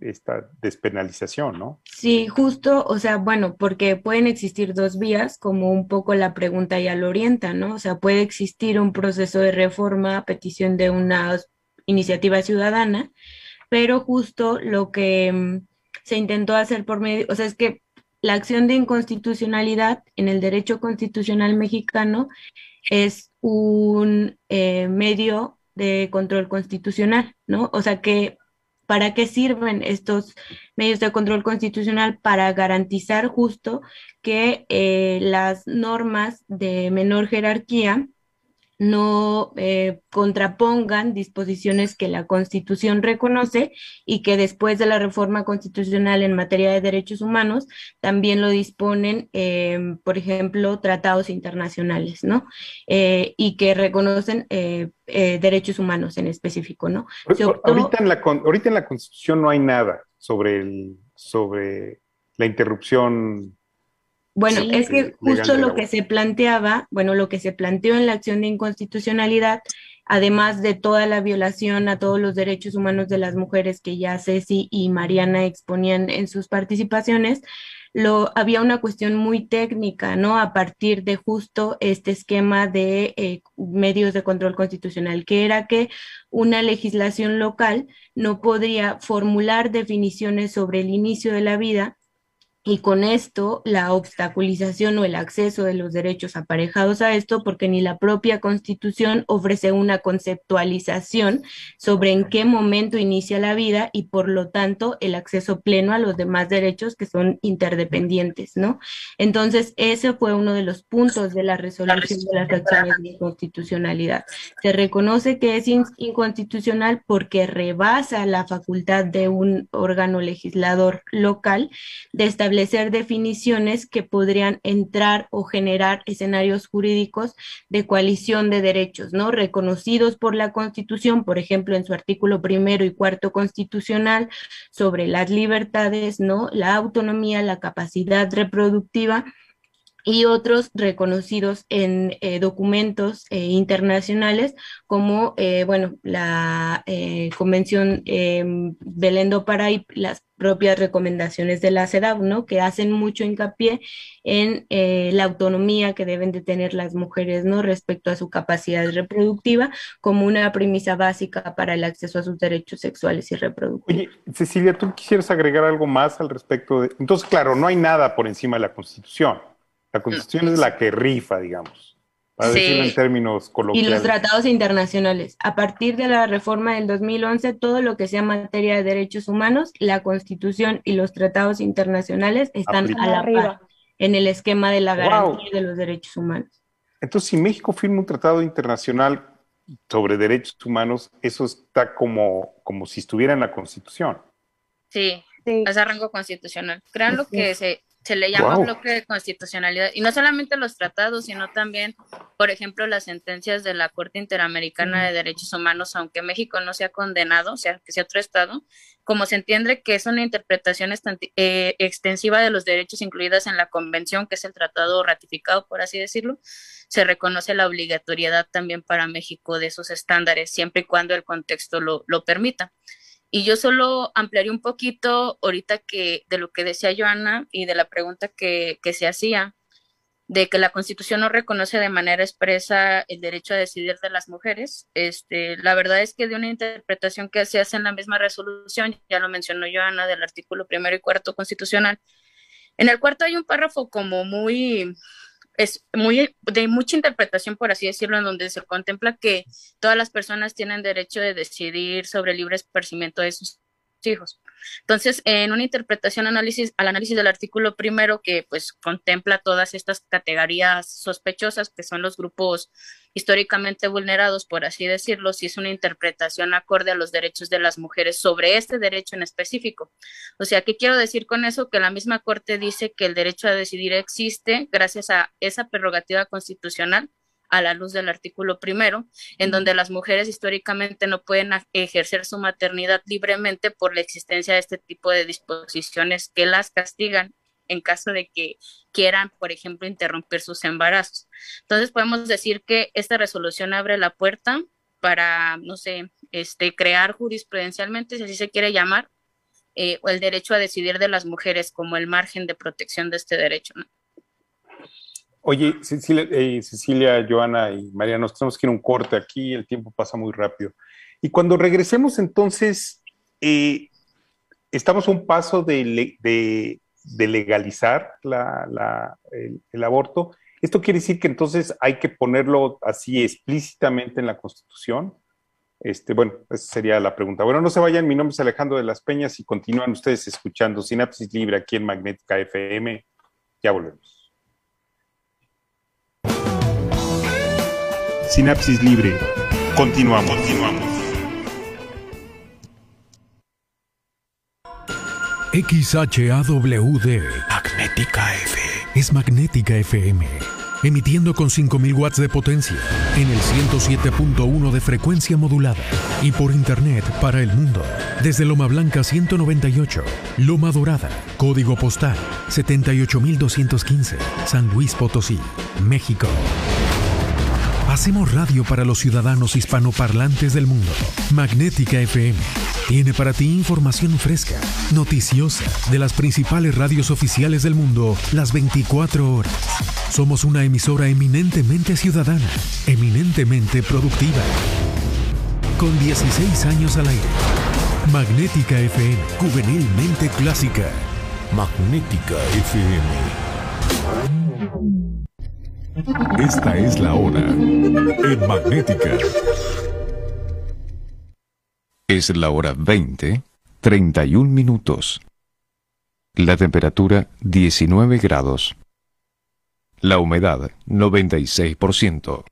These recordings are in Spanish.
esta despenalización, ¿no? Sí, justo, o sea, bueno, porque pueden existir dos vías, como un poco la pregunta ya lo orienta, ¿no? O sea, puede existir un proceso de reforma a petición de una iniciativa ciudadana, pero justo lo que se intentó hacer por medio, o sea, es que la acción de inconstitucionalidad en el derecho constitucional mexicano es un medio de control constitucional, ¿no? O sea que, ¿para qué sirven estos medios de control constitucional? Para garantizar justo que las normas de menor jerarquía no contrapongan disposiciones que la Constitución reconoce y que después de la reforma constitucional en materia de derechos humanos también lo disponen, por ejemplo, tratados internacionales, ¿no? Y que reconocen derechos humanos en específico, ¿no? Se optó. Ahorita en la Constitución no hay nada sobre sobre la interrupción Bueno, es que legal justo del lo que aborto. se planteaba, bueno, lo que se planteó en la acción de inconstitucionalidad, además de toda la violación a todos los derechos humanos de las mujeres que ya Ceci y Mariana exponían en sus participaciones, había una cuestión muy técnica, ¿no? A partir de justo este esquema de medios de control constitucional, que era que una legislación local no podría formular definiciones sobre el inicio de la vida y con esto la obstaculización o el acceso de los derechos aparejados a esto, porque ni la propia Constitución ofrece una conceptualización sobre en qué momento inicia la vida y por lo tanto el acceso pleno a los demás derechos que son interdependientes, ¿no? Entonces, ese fue uno de los puntos de la resolución de las acciones de inconstitucionalidad. Se reconoce que es inconstitucional porque rebasa la facultad de un órgano legislador local de establecer definiciones que podrían entrar o generar escenarios jurídicos de coalición de derechos, ¿no? Reconocidos por la Constitución, por ejemplo, en su artículo primero y cuarto constitucional sobre las libertades, ¿no? La autonomía, la capacidad reproductiva y otros reconocidos en documentos internacionales como, bueno, la Convención Belén do Pará y las propias recomendaciones de la CEDAW, ¿no? Que hacen mucho hincapié en la autonomía que deben de tener las mujeres, ¿no? Respecto a su capacidad reproductiva como una premisa básica para el acceso a sus derechos sexuales y reproductivos. Oye, Cecilia, ¿tú quisieras agregar algo más al respecto de... Entonces, claro, no hay nada por encima de la Constitución. La No. Constitución es la que rifa, digamos, para decirlo en Sí, términos Y los coloquiales. tratados internacionales. A partir de la reforma del 2011, todo lo que sea materia de derechos humanos, la Constitución y los tratados internacionales están a Aplica. Están la par arriba. en el esquema de la ¡Wow! garantía de los derechos humanos. Entonces, si México firma un tratado internacional sobre derechos humanos, eso está como si estuviera en la Constitución. sí, Sí, es a rango constitucional. Crean lo que Exacto. se le llama ¡Wow! bloque de constitucionalidad, y no solamente los tratados, sino también, por ejemplo, las sentencias de la Corte Interamericana de Derechos Humanos, aunque México no sea condenado, o sea, que sea otro estado, como se entiende que es una interpretación extensiva de los derechos incluidas en la convención, que es el tratado ratificado, por así decirlo, se reconoce la obligatoriedad también para México de esos estándares, siempre y cuando el contexto lo permita. Y yo solo ampliaría un poquito ahorita que de lo que decía Joana y de la pregunta que se hacía, de que la Constitución no reconoce de manera expresa el derecho a decidir de las mujeres. La verdad es que de una interpretación que se hace en la misma resolución, ya lo mencionó Joana, del artículo primero y cuarto constitucional, en el cuarto hay un párrafo como es muy de mucha interpretación, por así decirlo, en donde se contempla que todas las personas tienen derecho de decidir sobre el libre esparcimiento de sus hijos. Entonces, en una interpretación al análisis del artículo primero, que pues contempla todas estas categorías sospechosas, que son los grupos históricamente vulnerados, por así decirlo, si es una interpretación acorde a los derechos de las mujeres sobre este derecho en específico. O sea, ¿qué quiero decir con eso? Que la misma Corte dice que el derecho a decidir existe gracias a esa prerrogativa constitucional a la luz del artículo primero, en donde las mujeres históricamente no pueden ejercer su maternidad libremente por la existencia de este tipo de disposiciones que las castigan en caso de que quieran, por ejemplo, interrumpir sus embarazos. Entonces podemos decir que esta resolución abre la puerta para, no sé, crear jurisprudencialmente, si así se quiere llamar, o el derecho a decidir de las mujeres como el margen de protección de este derecho, ¿no? Oye, Cecilia, Joana y María, nos tenemos que ir a un corte aquí, el tiempo pasa muy rápido. Y cuando regresemos, entonces, estamos a un paso de legalizar el aborto. ¿Esto quiere decir que entonces hay que ponerlo así explícitamente en la Constitución? Bueno, esa sería la pregunta. Bueno, no se vayan, mi nombre es Alejandro de las Peñas y continúan ustedes escuchando Sinapsis Libre aquí en Magnética FM. Ya volvemos. Sinapsis Libre. Continuamos. XHAWD Magnética FM. Es Magnética FM. Emitiendo con 5000 watts de potencia en el 107.1 de frecuencia modulada y por internet para el mundo. Desde Loma Blanca 198, Loma Dorada, código postal 78215, San Luis Potosí, México. Hacemos radio para los ciudadanos hispanoparlantes del mundo. Magnética FM tiene para ti información fresca, noticiosa, de las principales radios oficiales del mundo, las 24 horas. Somos una emisora eminentemente ciudadana, eminentemente productiva. Con 16 años al aire. Magnética FM, juvenilmente clásica. Magnética FM. Esta es la hora en Magnética. Es la hora 20:31 minutos. La temperatura 19 grados. La humedad 96%.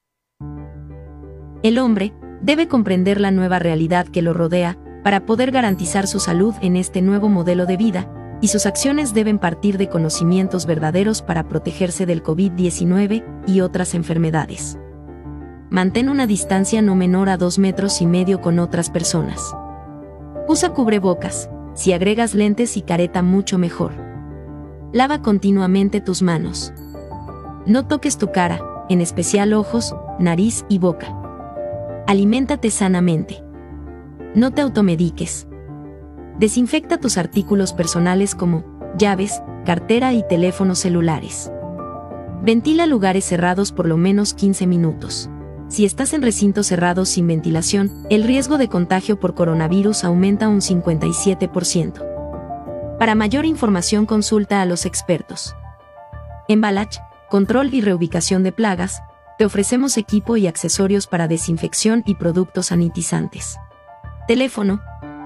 El hombre debe comprender la nueva realidad que lo rodea para poder garantizar su salud en este nuevo modelo de vida, y sus acciones deben partir de conocimientos verdaderos para protegerse del COVID-19 y otras enfermedades. Mantén una distancia no menor a 2,5 metros con otras personas. Usa cubrebocas, si agregas lentes y careta mucho mejor. Lava continuamente tus manos. No toques tu cara, en especial ojos, nariz y boca. Aliméntate sanamente. No te automediques. Desinfecta tus artículos personales como llaves, cartera y teléfonos celulares. Ventila lugares cerrados por lo menos 15 minutos. Si estás en recintos cerrados sin ventilación, el riesgo de contagio por coronavirus aumenta un 57%. Para mayor información consulta a los expertos. En Balach, Control y Reubicación de Plagas, te ofrecemos equipo y accesorios para desinfección y productos sanitizantes. Teléfono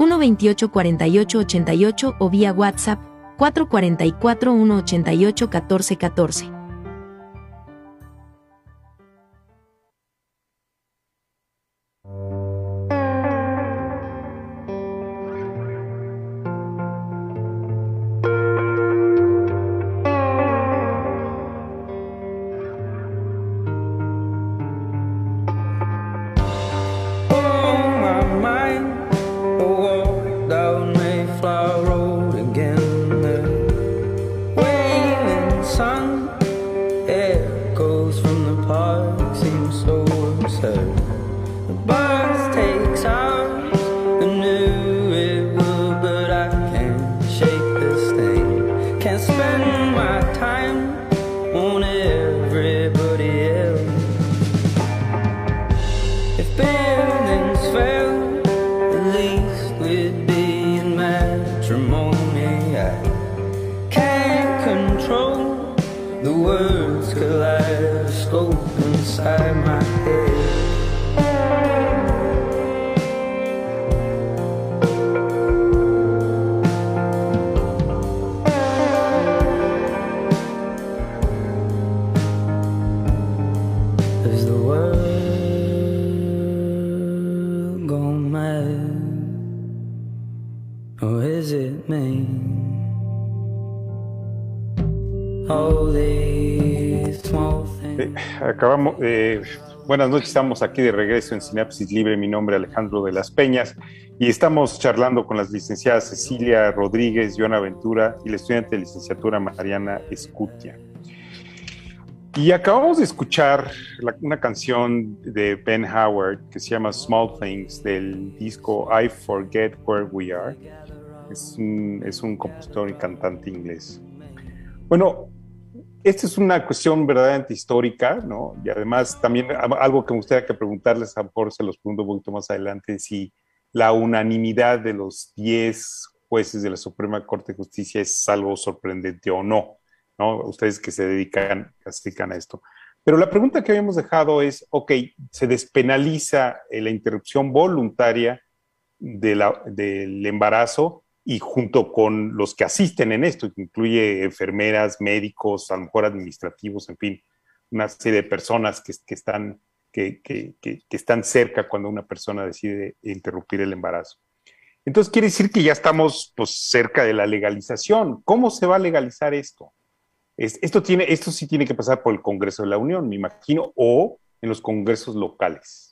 128-4888 o vía WhatsApp 444-188-1414. Buenas noches, estamos aquí de regreso en Sinapsis Libre. Mi nombre es Alejandro de las Peñas y estamos charlando con las licenciadas Cecilia Rodríguez, Joana Ventura y la estudiante de licenciatura Mariana Escutia. Y acabamos de escuchar una canción de Ben Howard que se llama Small Things, del disco I Forget Where We Are. Es un compositor y cantante inglés. Bueno, esta es una cuestión verdaderamente histórica, ¿no? Y además también algo que me gustaría que preguntarles, a lo mejor se los pregunto un poquito más adelante, si la unanimidad de los 10 jueces de la Suprema Corte de Justicia es algo sorprendente o no, ¿no? Ustedes que se dedican a esto. Pero la pregunta que habíamos dejado es, ok, se despenaliza la interrupción voluntaria del embarazo y junto con los que asisten en esto, que incluye enfermeras, médicos, a lo mejor administrativos, en fin, una serie de personas que están cerca cuando una persona decide interrumpir el embarazo. Entonces quiere decir que ya estamos pues, cerca de la legalización. ¿Cómo se va a legalizar esto? Esto sí tiene que pasar por el Congreso de la Unión, me imagino, o en los congresos locales.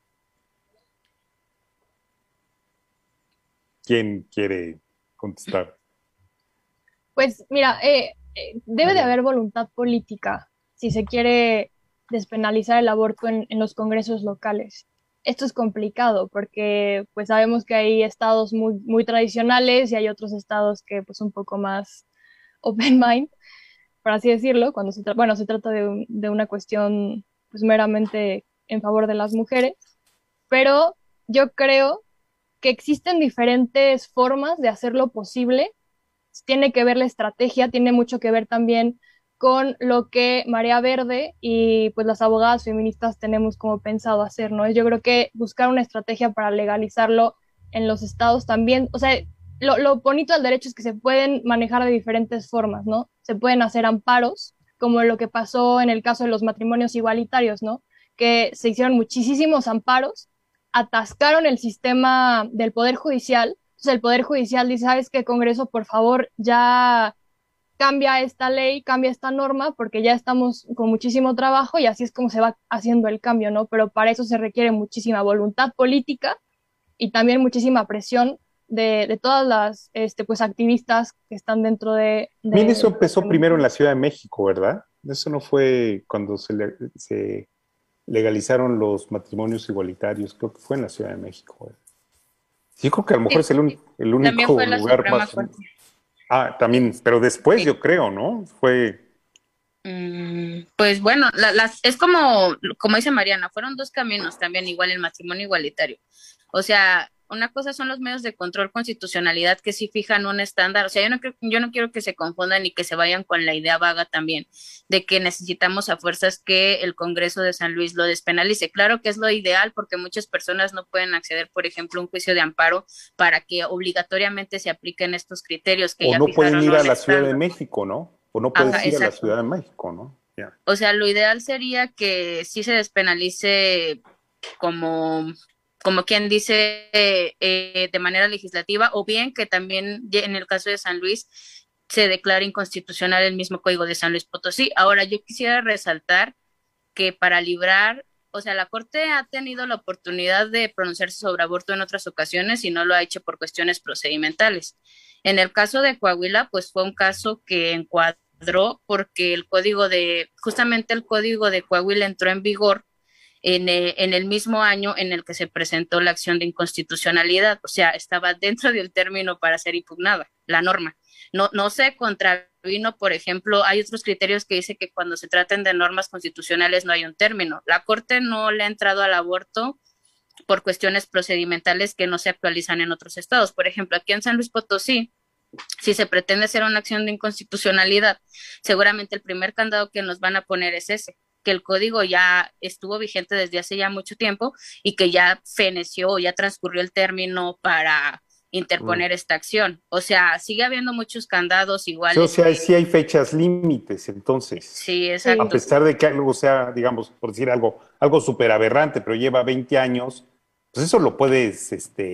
¿Quién quiere contestar? Pues mira, debe de haber voluntad política si se quiere despenalizar el aborto en los congresos locales. Esto es complicado porque pues sabemos que hay estados muy, muy tradicionales y hay otros estados que pues un poco más open mind, por así decirlo, cuando se trata de una cuestión pues meramente en favor de las mujeres, pero yo creo que existen diferentes formas de hacerlo posible. Tiene que ver la estrategia, tiene mucho que ver también con lo que Marea Verde y pues las abogadas feministas tenemos como pensado hacer, ¿no? Yo creo que buscar una estrategia para legalizarlo en los estados también, o sea, lo bonito del derecho es que se pueden manejar de diferentes formas, ¿no? Se pueden hacer amparos, como lo que pasó en el caso de los matrimonios igualitarios, ¿no? Que se hicieron muchísimos amparos, atascaron el sistema del Poder Judicial. Entonces el Poder Judicial dice, ¿sabes qué, Congreso? Por favor, ya cambia esta ley, cambia esta norma, porque ya estamos con muchísimo trabajo y así es como se va haciendo el cambio, ¿no? Pero para eso se requiere muchísima voluntad política y también muchísima presión de todas las pues, activistas que están dentro de... Bien, eso empezó primero en la Ciudad de México, ¿verdad? Eso no fue cuando se legalizaron los matrimonios igualitarios, creo que fue en la Ciudad de México. Sí, creo que a lo mejor es el único lugar más... Ah, también, pero después sí. Yo creo, ¿no? Fue... Pues bueno, es como dice Mariana, fueron dos caminos también, igual el matrimonio igualitario. O sea, una cosa son los medios de control constitucionalidad que sí fijan un estándar. O sea, yo no quiero que se confundan y que se vayan con la idea vaga también de que necesitamos a fuerzas que el Congreso de San Luis lo despenalice. Claro que es lo ideal porque muchas personas no pueden acceder, por ejemplo, a un juicio de amparo para que obligatoriamente se apliquen estos criterios que ya fijaron. O no pueden ir a la Ciudad de estándar. México, ¿no? O no puedes ir a la Ciudad de México, ¿no? Yeah. O sea, lo ideal sería que sí se despenalice como quien dice de manera legislativa, o bien que también en el caso de San Luis se declare inconstitucional el mismo Código de San Luis Potosí. Ahora, yo quisiera resaltar que para librar, o sea, la Corte ha tenido la oportunidad de pronunciarse sobre aborto en otras ocasiones y no lo ha hecho por cuestiones procedimentales. En el caso de Coahuila, pues fue un caso que encuadró porque justamente el Código de Coahuila entró en vigor en el mismo año en el que se presentó la acción de inconstitucionalidad, o sea, estaba dentro del término para ser impugnada, la norma. No se contravino, por ejemplo, hay otros criterios que dice que cuando se traten de normas constitucionales no hay un término. La Corte no le ha entrado al aborto por cuestiones procedimentales que no se actualizan en otros estados. Por ejemplo, aquí en San Luis Potosí, si se pretende hacer una acción de inconstitucionalidad, seguramente el primer candado que nos van a poner es ese, que el código ya estuvo vigente desde hace ya mucho tiempo y que ya feneció, ya transcurrió el término para interponer esta acción. O sea, sigue habiendo muchos candados iguales. O sea, sí hay fechas límites, entonces. Sí, exacto. A pesar de que algo sea, digamos, por decir algo súper aberrante, pero lleva 20 años, pues eso lo puedes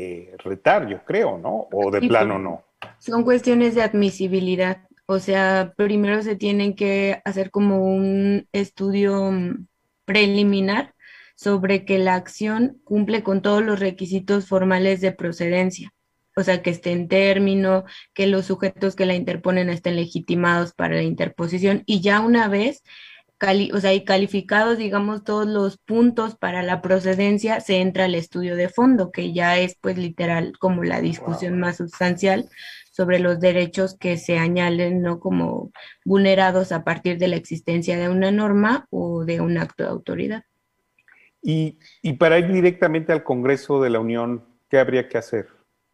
retar, yo creo, ¿no? O de plano no. Son cuestiones de admisibilidad. O sea, primero se tienen que hacer como un estudio preliminar sobre que la acción cumple con todos los requisitos formales de procedencia. O sea, que esté en término, que los sujetos que la interponen estén legitimados para la interposición. Y ya una vez o sea, y calificados, digamos, todos los puntos para la procedencia, se entra al estudio de fondo, que ya es pues literal como la discusión más sustancial sobre los derechos que se añalen, ¿no? Como vulnerados a partir de la existencia de una norma o de un acto de autoridad. Y para ir directamente al Congreso de la Unión, ¿qué habría que hacer?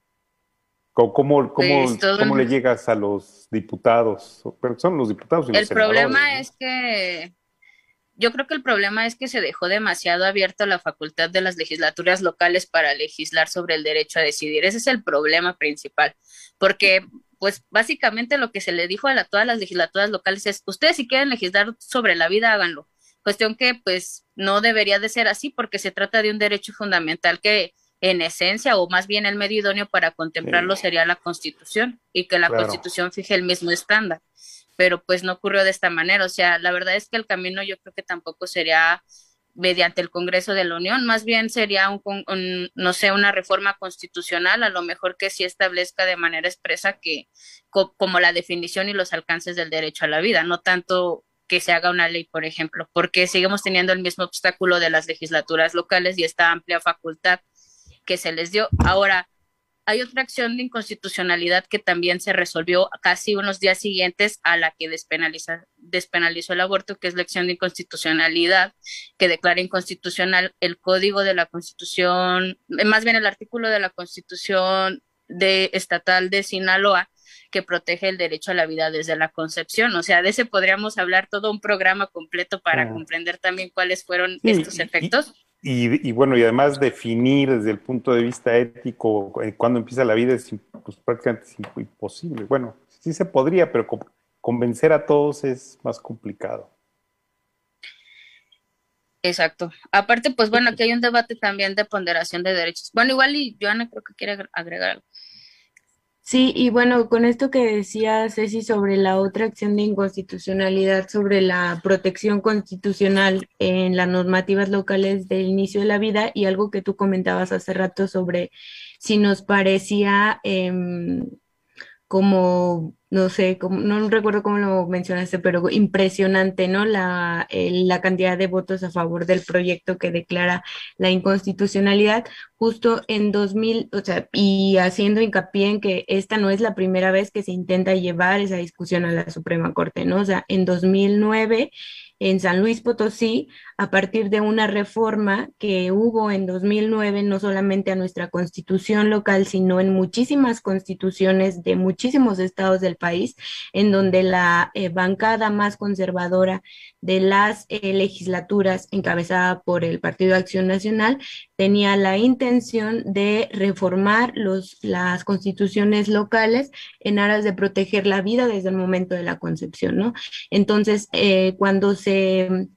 ¿Cómo le llegas a los diputados? Pero son los diputados y los senadores, El problema, ¿no? es que yo creo que el problema es que se dejó demasiado abierto la facultad de las legislaturas locales para legislar sobre el derecho a decidir. Ese es el problema principal, porque pues básicamente lo que se le dijo a todas las legislaturas locales es, ustedes si quieren legislar sobre la vida, háganlo. Cuestión que pues no debería de ser así, porque se trata de un derecho fundamental que en esencia, o más bien el medio idóneo para contemplarlo sería la Constitución, y que la Constitución fije el mismo estándar, pero pues no ocurrió de esta manera. O sea, la verdad es que el camino yo creo que tampoco sería mediante el Congreso de la Unión, más bien sería no sé, una reforma constitucional, a lo mejor que sí establezca de manera expresa que como la definición y los alcances del derecho a la vida, no tanto que se haga una ley, por ejemplo, porque seguimos teniendo el mismo obstáculo de las legislaturas locales y esta amplia facultad que se les dio. Ahora, hay otra acción de inconstitucionalidad que también se resolvió casi unos días siguientes a la que despenalizó el aborto, que es la acción de inconstitucionalidad que declara inconstitucional el código de la Constitución, más bien el artículo de la Constitución estatal de Sinaloa, que protege el derecho a la vida desde la concepción. O sea, de ese podríamos hablar todo un programa completo para comprender también cuáles fueron estos efectos. Y bueno, y además definir desde el punto de vista ético cuándo empieza la vida es pues, prácticamente imposible. Bueno, sí se podría, pero convencer a todos es más complicado. Exacto. Aparte, pues bueno, aquí hay un debate también de ponderación de derechos. Bueno, igual y Joana creo que quiere agregar algo. Sí, y bueno, con esto que decía Ceci sobre la otra acción de inconstitucionalidad, sobre la protección constitucional en las normativas locales del inicio de la vida, y algo que tú comentabas hace rato sobre si nos parecía como, no sé, no recuerdo cómo lo mencionaste, pero impresionante, ¿no? La cantidad de votos a favor del proyecto que declara la inconstitucionalidad, justo en 2000, o sea, y haciendo hincapié en que esta no es la primera vez que se intenta llevar esa discusión a la Suprema Corte, ¿no? O sea, en 2009 en San Luis Potosí, a partir de una reforma que hubo en 2009, no solamente a nuestra constitución local, sino en muchísimas constituciones de muchísimos estados del país, en donde la bancada más conservadora de las legislaturas, encabezada por el Partido de Acción Nacional, tenía la intención de reformar las constituciones locales en aras de proteger la vida desde el momento de la concepción, ¿no? Entonces, cuando se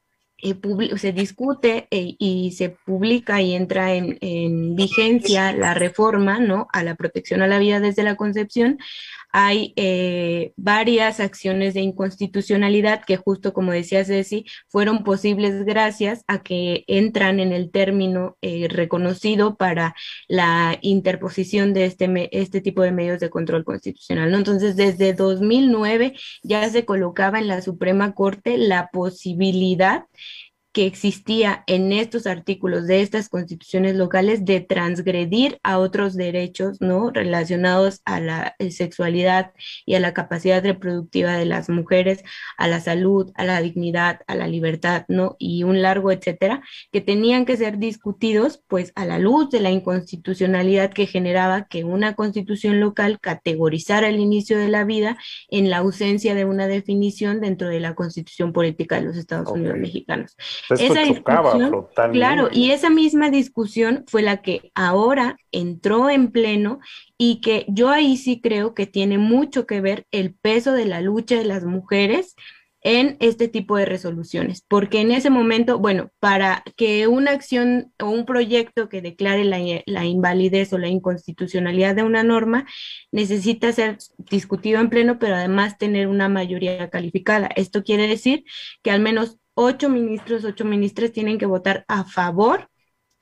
discute y se publica y entra en vigencia la reforma, ¿no? A la protección a la vida desde la concepción, hay varias acciones de inconstitucionalidad que justo como decía Ceci, fueron posibles gracias a que entran en el término reconocido para la interposición de este tipo de medios de control constitucional, ¿no? Entonces, desde 2009 ya se colocaba en la Suprema Corte la posibilidad que existía en estos artículos de estas constituciones locales de transgredir a otros derechos, ¿no? Relacionados a la sexualidad y a la capacidad reproductiva de las mujeres, a la salud, a la dignidad, a la libertad, ¿no? Y un largo etcétera, que tenían que ser discutidos, pues, a la luz de la inconstitucionalidad que generaba que una constitución local categorizara el inicio de la vida en la ausencia de una definición dentro de la Constitución Política de los Estados Unidos mexicanos. Esa discusión, claro, y esa misma discusión fue la que ahora entró en pleno y que yo ahí sí creo que tiene mucho que ver el peso de la lucha de las mujeres en este tipo de resoluciones, porque en ese momento, bueno, para que una acción o un proyecto que declare la invalidez o la inconstitucionalidad de una norma necesita ser discutido en pleno, pero además tener una mayoría calificada. Esto quiere decir que al menos 8 ministros, 8 ministras tienen que votar a favor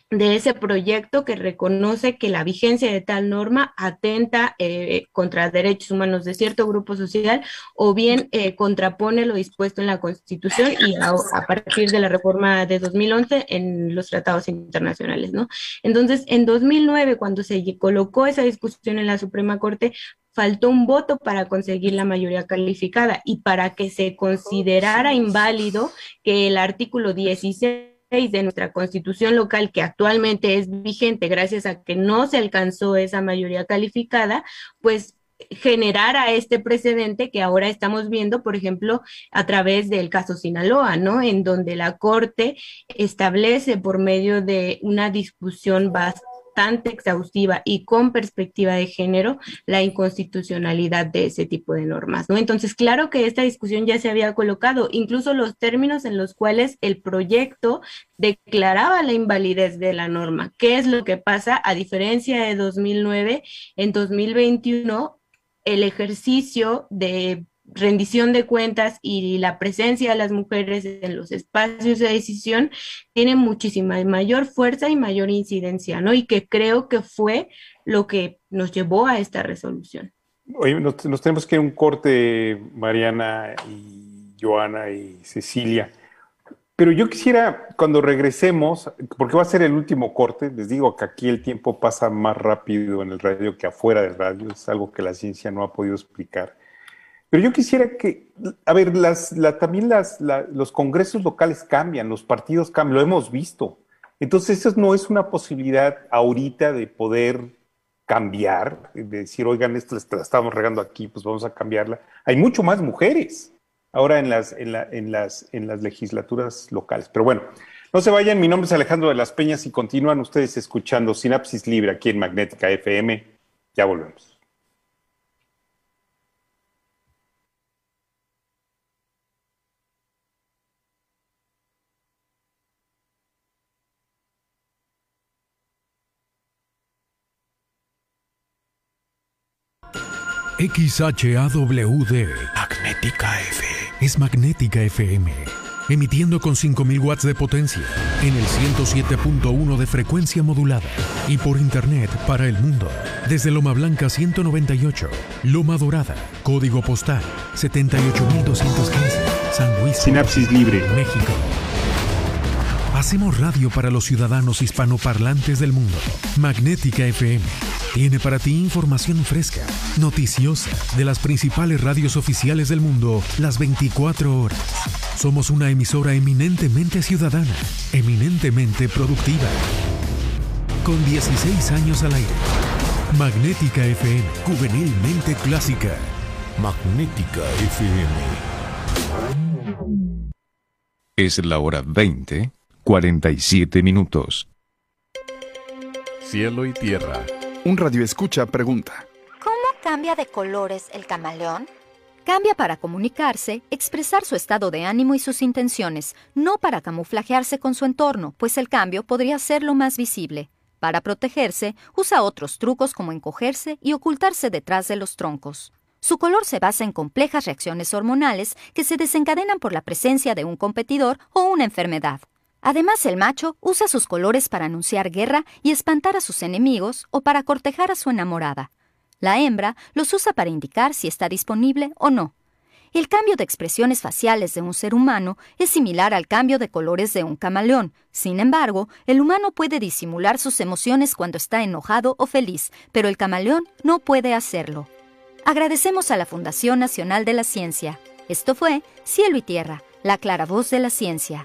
de ese proyecto que reconoce que la vigencia de tal norma atenta contra derechos humanos de cierto grupo social o bien contrapone lo dispuesto en la Constitución y a partir de la reforma de 2011 en los tratados internacionales, ¿no? Entonces, en 2009, cuando se colocó esa discusión en la Suprema Corte, faltó un voto para conseguir la mayoría calificada y para que se considerara inválido que el artículo 16 de nuestra Constitución local, que actualmente es vigente gracias a que no se alcanzó esa mayoría calificada, pues generara este precedente que ahora estamos viendo, por ejemplo, a través del caso Sinaloa, ¿no? En donde la Corte establece por medio de una discusión bastante exhaustiva y con perspectiva de género la inconstitucionalidad de ese tipo de normas, ¿no? Entonces, claro que esta discusión ya se había colocado, incluso los términos en los cuales el proyecto declaraba la invalidez de la norma. ¿Qué es lo que pasa? A diferencia de 2009, en 2021, el ejercicio de rendición de cuentas y la presencia de las mujeres en los espacios de decisión tiene muchísima mayor fuerza y mayor incidencia, ¿no? Y que creo que fue lo que nos llevó a esta resolución. Oye, nos tenemos que ir a un corte, Mariana y Joana y Cecilia. Pero yo quisiera, cuando regresemos, porque va a ser el último corte, les digo que aquí el tiempo pasa más rápido en el radio que afuera del radio, es algo que la ciencia no ha podido explicar. Pero yo quisiera que, a ver, también los congresos locales cambian, los partidos cambian, lo hemos visto. Entonces, eso no es una posibilidad ahorita de poder cambiar, de decir, oigan, esto la estamos regando aquí, pues vamos a cambiarla. Hay mucho más mujeres ahora en las legislaturas locales. Pero bueno, no se vayan, mi nombre es Alejandro de las Peñas y continúan ustedes escuchando Sinapsis Libre aquí en Magnética FM. Ya volvemos. XHAWD Magnética FM. Es Magnética FM, emitiendo con 5000 watts de potencia en el 107.1 de frecuencia modulada y por internet para el mundo desde Loma Blanca 198, Loma Dorada, código postal 78215, San Luis, Sinapsis Libre, México. Hacemos radio para los ciudadanos hispanoparlantes del mundo. Magnética FM tiene para ti información fresca, noticiosa, de las principales radios oficiales del mundo, las 24 horas. Somos una emisora eminentemente ciudadana, eminentemente productiva. Con 16 años al aire. Magnética FM, juvenilmente clásica. Magnética FM. Es la hora 20:47 minutos. Cielo y tierra. Un radioescucha pregunta: ¿cómo cambia de colores el camaleón? Cambia para comunicarse, expresar su estado de ánimo y sus intenciones, no para camuflajearse con su entorno, pues el cambio podría hacerlo más visible. Para protegerse, usa otros trucos como encogerse y ocultarse detrás de los troncos. Su color se basa en complejas reacciones hormonales que se desencadenan por la presencia de un competidor o una enfermedad. Además, el macho usa sus colores para anunciar guerra y espantar a sus enemigos o para cortejar a su enamorada. La hembra los usa para indicar si está disponible o no. El cambio de expresiones faciales de un ser humano es similar al cambio de colores de un camaleón. Sin embargo, el humano puede disimular sus emociones cuando está enojado o feliz, pero el camaleón no puede hacerlo. Agradecemos a la Fundación Nacional de la Ciencia. Esto fue Cielo y Tierra, la clara voz de la ciencia.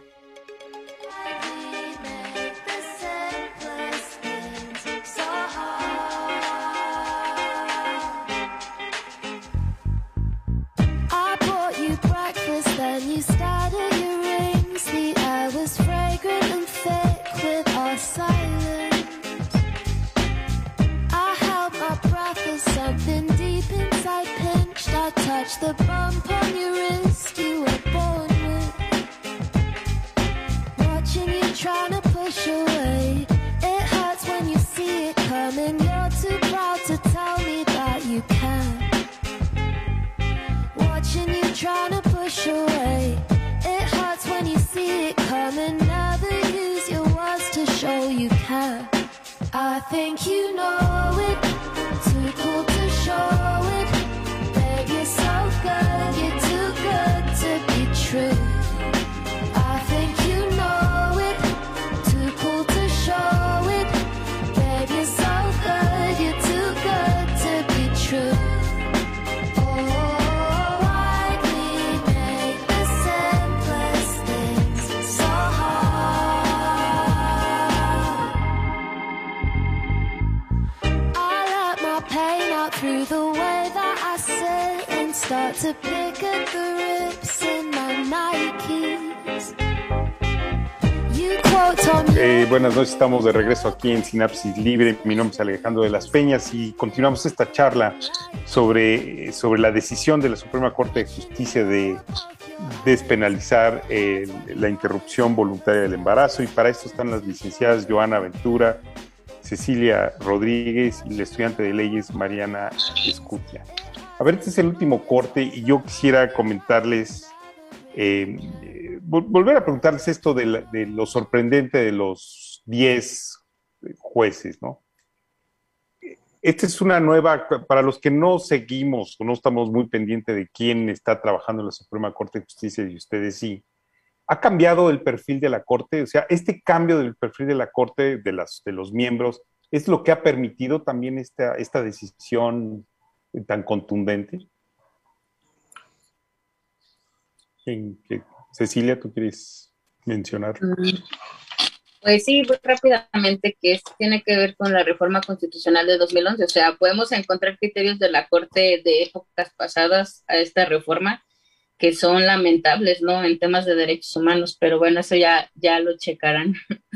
Touch the bump on your wrist you were born with. Watching you trying to push away. It hurts when you see it coming. You're too proud to tell me that you can. Watching you trying to push away. It hurts when you see it coming. Never use your words to show you can. start to pick at the rips in my Nikes. You quote on Buenas noches, estamos de regreso aquí en Sinapsis Libre. Mi nombre es Alejandro de las Peñas y continuamos esta charla sobre la decisión de la Suprema Corte de Justicia de despenalizar la interrupción voluntaria del embarazo, y para esto están las licenciadas Joana Ventura, Cecilia Rodríguez y la estudiante de leyes Mariana Escutia. A ver, este es el último corte y yo quisiera comentarles, volver a preguntarles esto de lo sorprendente de los 10 jueces, ¿no? Esta es una nueva, para los que no seguimos o no estamos muy pendientes de quién está trabajando en la Suprema Corte de Justicia, y ustedes sí, ¿ha cambiado el perfil de la Corte? O sea, este cambio del perfil de la Corte, de los miembros, ¿es lo que ha permitido también esta decisión tan contundente? Cecilia, ¿tú quieres mencionar? Pues sí, muy rápidamente, que tiene que ver con la reforma constitucional de 2011. O sea, podemos encontrar criterios de la Corte de épocas pasadas a esta reforma que son lamentables, ¿no? En temas de derechos humanos, pero bueno, eso ya lo checarán.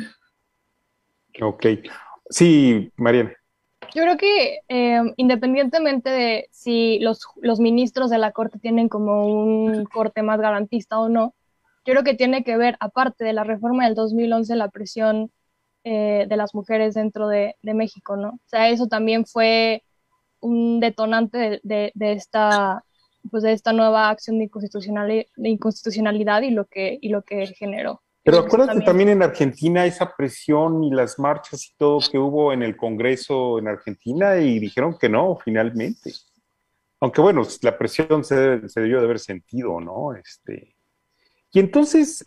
Ok. Sí, Mariana. Yo creo que independientemente de si los ministros de la Corte tienen como un corte más garantista o no, yo creo que tiene que ver, aparte de la reforma del 2011, la presión de las mujeres dentro de México, ¿no? O sea, eso también fue un detonante de esta nueva acción de inconstitucionalidad y lo que generó. Pero acuérdate también en Argentina esa presión y las marchas y todo que hubo en el Congreso en Argentina, y dijeron que no, finalmente. Aunque bueno, la presión se debió de haber sentido, ¿no? Y entonces,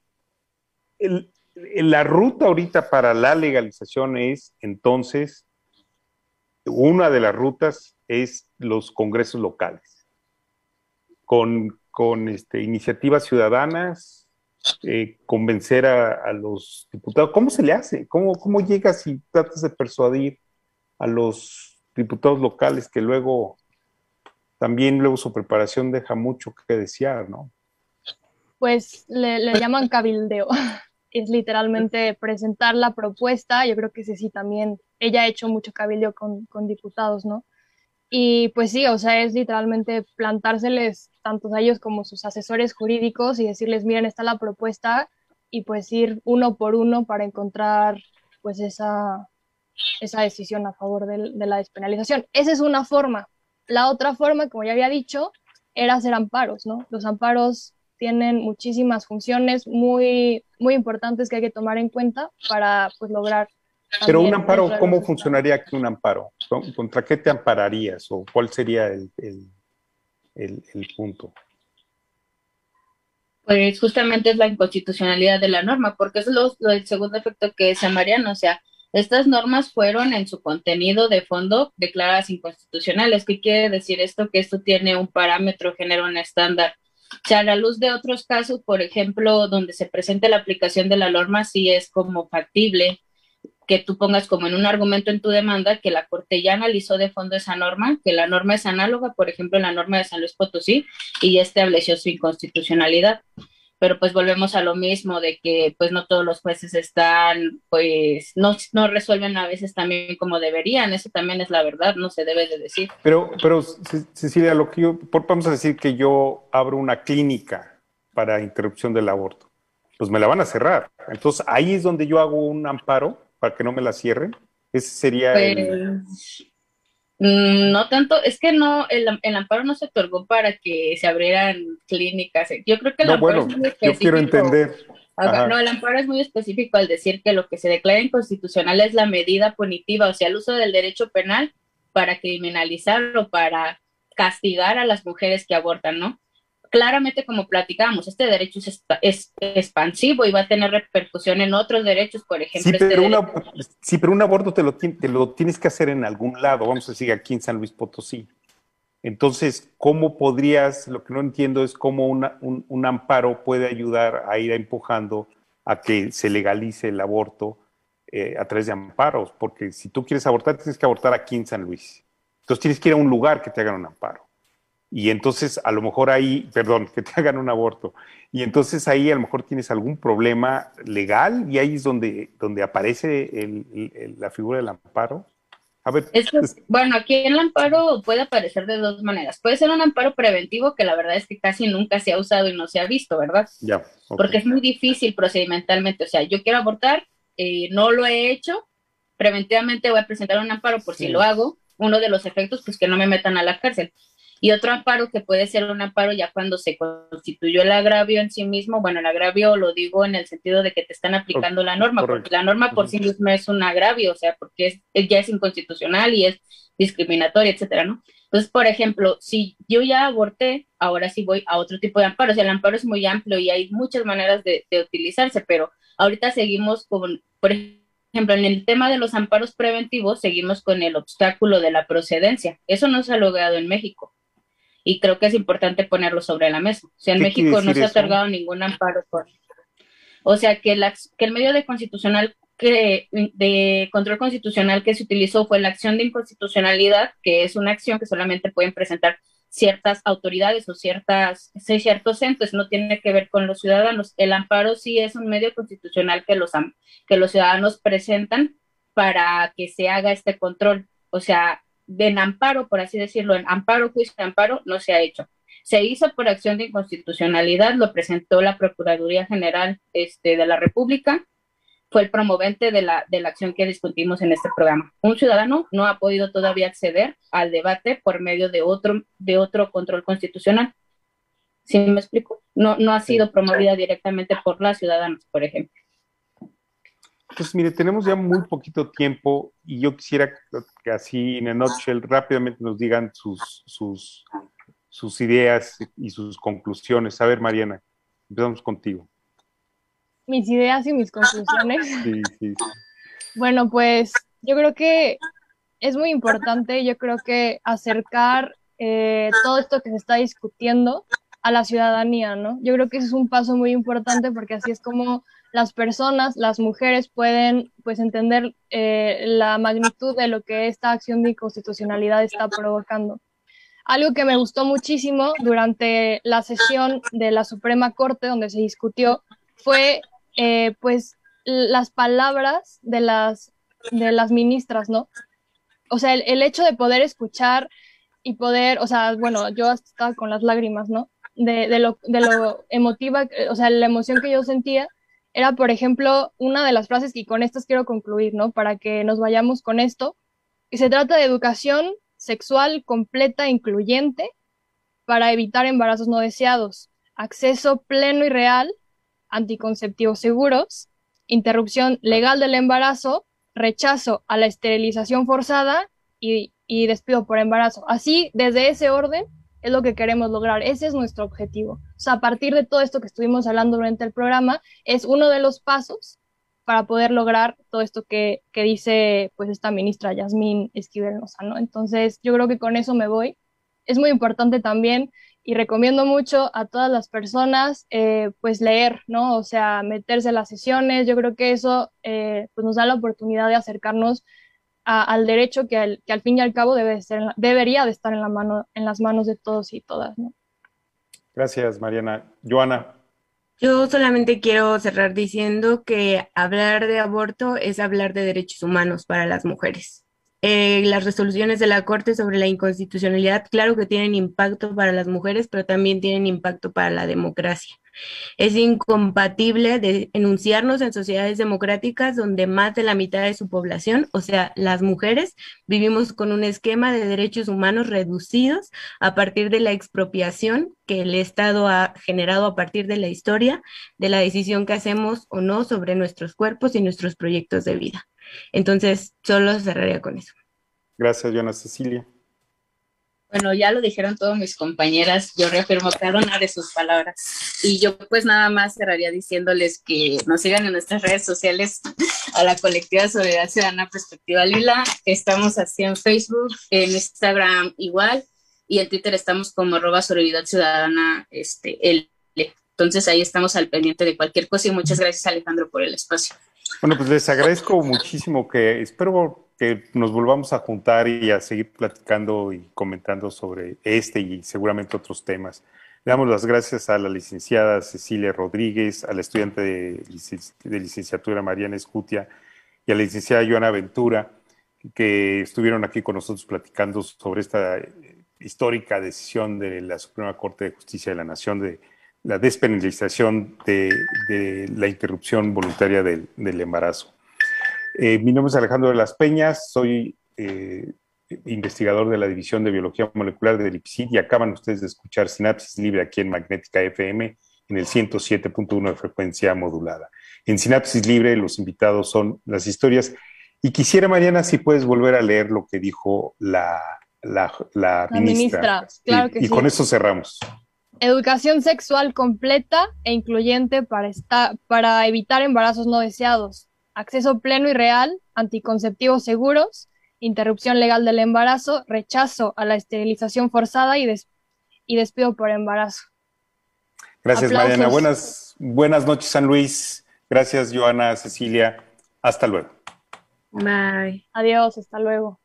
la ruta ahorita para la legalización es, entonces, una de las rutas es los congresos locales, con iniciativas ciudadanas, convencer a los diputados. ¿Cómo se le hace? ¿Cómo llegas y tratas de persuadir a los diputados locales que luego su preparación deja mucho que desear, ¿no? Pues le llaman cabildeo. Es literalmente presentar la propuesta. Yo creo que sí también, ella ha hecho mucho cabildeo con diputados, ¿no? Y pues sí, o sea, es literalmente plantárseles tanto a ellos como sus asesores jurídicos y decirles, miren, está la propuesta, y pues ir uno por uno para encontrar pues esa decisión a favor de la despenalización. Esa es una forma. La otra forma, como ya había dicho, era hacer amparos, ¿no? Los amparos tienen muchísimas funciones muy, muy importantes que hay que tomar en cuenta para pues lograr. Pero un amparo, ¿cómo funcionaría aquí un amparo? ¿Contra qué te ampararías o cuál sería el punto? Pues justamente es la inconstitucionalidad de la norma, porque es el segundo efecto que decía Mariano. O sea, estas normas fueron en su contenido de fondo declaradas inconstitucionales. ¿Qué quiere decir esto? Que esto tiene un parámetro, genera un estándar. O sea, a la luz de otros casos, por ejemplo, donde se presente la aplicación de la norma, sí es como factible que tú pongas como en un argumento en tu demanda que la Corte ya analizó de fondo esa norma, que la norma es análoga, por ejemplo, en la norma de San Luis Potosí, y ya estableció su inconstitucionalidad. Pero pues volvemos a lo mismo, de que pues no todos los jueces están, pues no resuelven a veces también como deberían. Eso también es la verdad, no se debe de decir. Pero Cecilia, vamos a decir que yo abro una clínica para interrupción del aborto, pues me la van a cerrar. Entonces ahí es donde yo hago un amparo para que no me la cierren. Ese sería no tanto, es que no, el amparo no se otorgó para que se abrieran clínicas. Yo creo que el amparo es muy específico. Yo quiero entender. No, el amparo es muy específico al decir que lo que se declara inconstitucional es la medida punitiva, o sea, el uso del derecho penal para criminalizar o para castigar a las mujeres que abortan, ¿no? Claramente, como platicamos, este derecho es expansivo y va a tener repercusión en otros derechos, por ejemplo. Pero un aborto te lo tienes que hacer en algún lado, vamos a decir aquí en San Luis Potosí. Entonces, ¿cómo podrías? Lo que no entiendo es cómo un amparo puede ayudar a ir empujando a que se legalice el aborto a través de amparos, porque si tú quieres abortar, tienes que abortar aquí en San Luis. Entonces tienes que ir a un lugar que te hagan un amparo. Y entonces a lo mejor ahí, perdón, que te hagan un aborto, y entonces ahí a lo mejor tienes algún problema legal y ahí es donde aparece la figura del amparo. A ver, Bueno, aquí en el amparo puede aparecer de dos maneras. Puede ser un amparo preventivo, que la verdad es que casi nunca se ha usado y no se ha visto, ¿verdad? ya, ok. Porque es muy difícil procedimentalmente. O sea, yo quiero abortar, no lo he hecho, preventivamente voy a presentar un amparo por si lo hago. Uno de los efectos, pues que no me metan a la cárcel. Y otro amparo que puede ser un amparo ya cuando se constituyó el agravio en sí mismo. Bueno, el agravio lo digo en el sentido de que te están aplicando la norma, porque la norma por sí misma es un agravio, o sea, porque ya es inconstitucional y es discriminatoria, etcétera, ¿no? Entonces, por ejemplo, si yo ya aborté, ahora sí voy a otro tipo de amparo. O sea, el amparo es muy amplio y hay muchas maneras de utilizarse, pero ahorita seguimos con, por ejemplo, en el tema de los amparos preventivos, seguimos con el obstáculo de la procedencia. Eso no se ha logrado en México. Y creo que es importante ponerlo sobre la mesa. O sea, en México no se ha otorgado ningún amparo o sea, que el medio de control constitucional que se utilizó fue la acción de inconstitucionalidad, que es una acción que solamente pueden presentar ciertas autoridades o ciertos entes, no tiene que ver con los ciudadanos. El amparo sí es un medio constitucional que los ciudadanos presentan para que se haga este control. O sea, en amparo, por así decirlo, en amparo, juicio de amparo, no se ha hecho. Se hizo por acción de inconstitucionalidad, lo presentó la Procuraduría General de la República, fue el promovente de la acción que discutimos en este programa. Un ciudadano no ha podido todavía acceder al debate por medio de otro control constitucional. ¿Sí me explico? No ha sido promovida directamente por las ciudadanas, por ejemplo. Pues mire, tenemos ya muy poquito tiempo y yo quisiera que así en a nutshell rápidamente nos digan sus ideas y sus conclusiones. A ver, Mariana, empezamos contigo. Mis ideas y mis conclusiones. Sí. Bueno, pues yo creo que es muy importante, yo creo que acercar todo esto que se está discutiendo a la ciudadanía, ¿no? Yo creo que ese es un paso muy importante porque así es como las personas, las mujeres pueden pues entender la magnitud de lo que esta acción de inconstitucionalidad está provocando. Algo que me gustó muchísimo durante la sesión de la Suprema Corte donde se discutió fue pues las palabras de las ministras, ¿no? O sea, el hecho de poder escuchar y poder, o sea, bueno, yo hasta estaba con las lágrimas, ¿no? De lo emotiva, o sea, la emoción que yo sentía era, por ejemplo, una de las frases, y con estas quiero concluir, ¿no? Para que nos vayamos con esto, que se trata de educación sexual completa e incluyente para evitar embarazos no deseados, acceso pleno y real, anticonceptivos seguros, interrupción legal del embarazo, rechazo a la esterilización forzada y despido por embarazo. Así, desde ese orden, es lo que queremos lograr. Ese es nuestro objetivo. O sea, a partir de todo esto que estuvimos hablando durante el programa, es uno de los pasos para poder lograr todo esto que dice pues esta ministra Yasmín Esquivel Lozano. Entonces, yo creo que con eso me voy. Es muy importante también y recomiendo mucho a todas las personas pues leer, ¿no? O sea, meterse en las sesiones. Yo creo que eso pues nos da la oportunidad de acercarnos al derecho que al fin y al cabo debería de estar en las manos de todos y todas, ¿no? Gracias, Mariana. Joana. Yo solamente quiero cerrar diciendo que hablar de aborto es hablar de derechos humanos para las mujeres. Las resoluciones de la Corte sobre la inconstitucionalidad, claro que tienen impacto para las mujeres, pero también tienen impacto para la democracia. Es incompatible de enunciarnos en sociedades democráticas donde más de la mitad de su población, o sea, las mujeres, vivimos con un esquema de derechos humanos reducidos a partir de la expropiación que el Estado ha generado a partir de la historia, de la decisión que hacemos o no sobre nuestros cuerpos y nuestros proyectos de vida. Entonces, solo cerraría con eso. Gracias, Joana. Cecilia. Bueno, ya lo dijeron todas mis compañeras, yo reafirmo cada una de sus palabras. Y yo pues nada más cerraría diciéndoles que nos sigan en nuestras redes sociales a la colectiva Solidaridad Ciudadana Perspectiva Lila. Estamos así en Facebook, en Instagram igual, y en Twitter estamos como @Solidaridad Ciudadana L. Entonces ahí estamos al pendiente de cualquier cosa y muchas gracias, Alejandro, por el espacio. Bueno, pues les agradezco muchísimo que espero que nos volvamos a juntar y a seguir platicando y comentando sobre este y seguramente otros temas. Le damos las gracias a la licenciada Cecilia Rodríguez, a la estudiante de licenciatura Mariana Escutia y a la licenciada Joana Ventura, que estuvieron aquí con nosotros platicando sobre esta histórica decisión de la Suprema Corte de Justicia de la Nación de la despenalización de la interrupción voluntaria del embarazo. Mi nombre es Alejandro de las Peñas, soy investigador de la División de Biología Molecular del IPCIT y acaban ustedes de escuchar Sinapsis Libre aquí en Magnética FM en el 107.1 de frecuencia modulada. En Sinapsis Libre los invitados son las historias y quisiera, Mariana, si puedes volver a leer lo que dijo la ministra. Claro que y sí. Con eso cerramos. Educación sexual completa e incluyente para evitar embarazos no deseados, acceso pleno y real, anticonceptivos seguros, interrupción legal del embarazo, rechazo a la esterilización forzada y despido por embarazo. Gracias, Aplausos. Mariana. Buenas noches, San Luis. Gracias, Joana, Cecilia. Hasta luego. Bye. Adiós, hasta luego.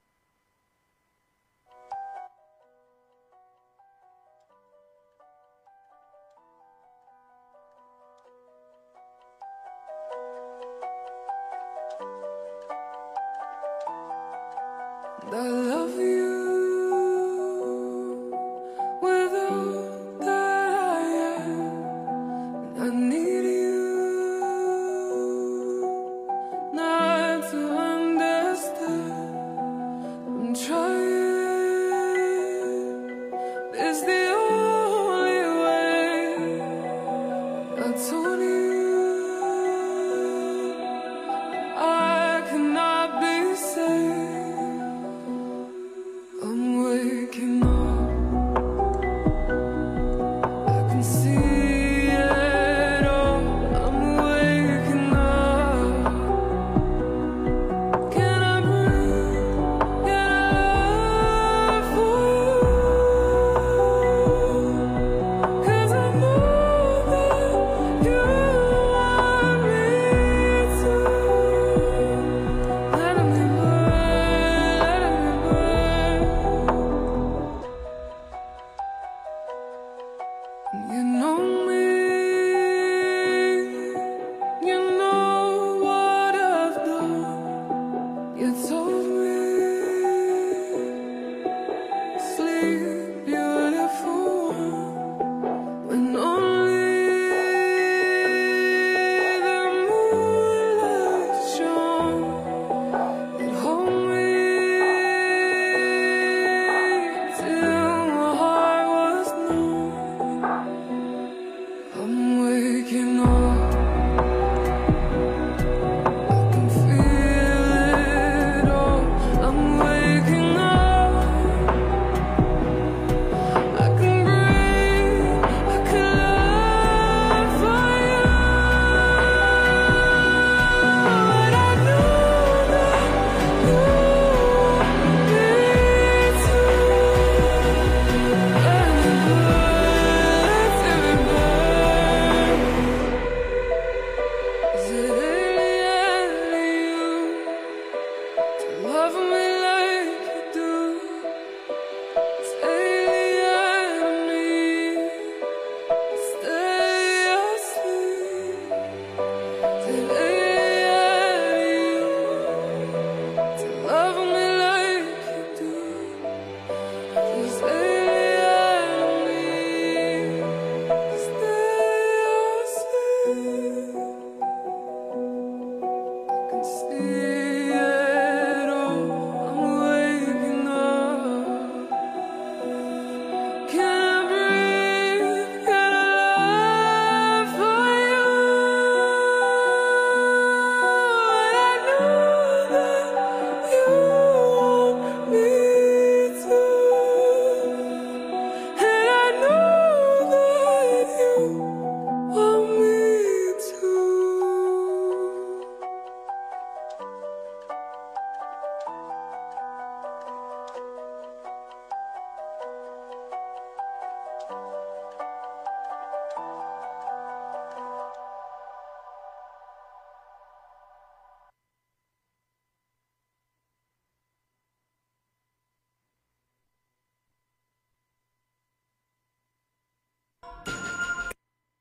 I love you with all that I am. I need you not to understand. I'm trying. It's the only way. I told you I cannot be saved. I'm waking up, I can see it all. I'm waking up. Can I breathe? Can I live for you? 'Cause I know that you want me to. Let me burn, let me burn. You know me, you know what I've done. You told me, sleep beautiful, when only the moonlight shone. It hold me till my heart was numb.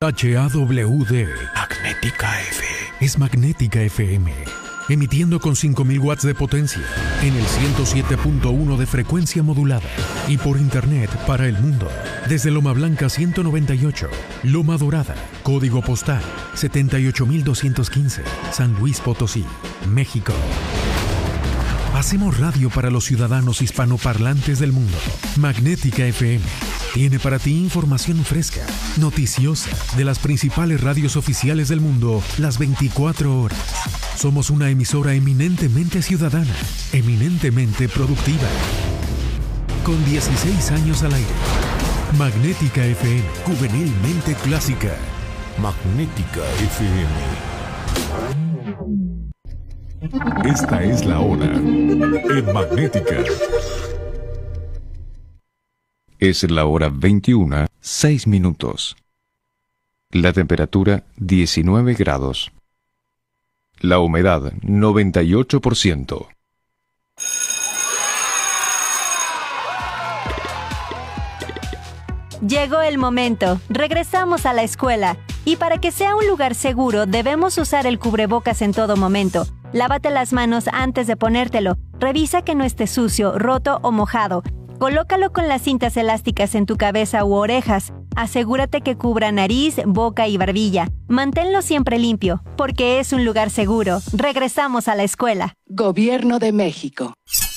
HAWD. Magnética FM. Es Magnética FM. Emitiendo con 5000 watts de potencia en el 107.1 de frecuencia modulada y por internet para el mundo. Desde Loma Blanca 198, Loma Dorada, código postal 78215, San Luis Potosí, México. Hacemos radio para los ciudadanos hispanoparlantes del mundo. Magnética FM tiene para ti información fresca, noticiosa, de las principales radios oficiales del mundo, las 24 horas. Somos una emisora eminentemente ciudadana, eminentemente productiva. Con 16 años al aire. Magnética FM, juvenilmente clásica. Magnética FM. Esta es la hora en Magnética. Es la hora 21, 6 minutos. La temperatura 19 grados. La humedad 98%. Llegó el momento. Regresamos a la escuela. Y para que sea un lugar seguro, debemos usar el cubrebocas en todo momento. Lávate las manos antes de ponértelo. Revisa que no esté sucio, roto o mojado. Colócalo con las cintas elásticas en tu cabeza u orejas. Asegúrate que cubra nariz, boca y barbilla. Manténlo siempre limpio, porque es un lugar seguro. Regresamos a la escuela. Gobierno de México.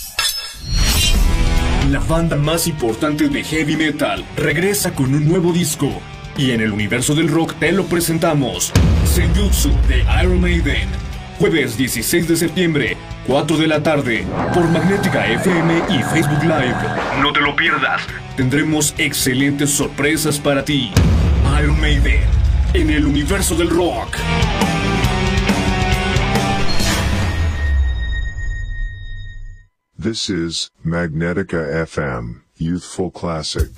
La banda más importante de heavy metal regresa con un nuevo disco. Y en el universo del rock te lo presentamos. Senjutsu de Iron Maiden. Jueves 16 de septiembre, 4 de la tarde, por Magnética FM y Facebook Live. No te lo pierdas. Tendremos excelentes sorpresas para ti. Iron Maiden, en el universo del rock. This is Magnetica FM, Youthful Classic.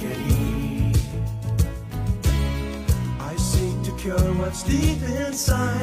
What's deep inside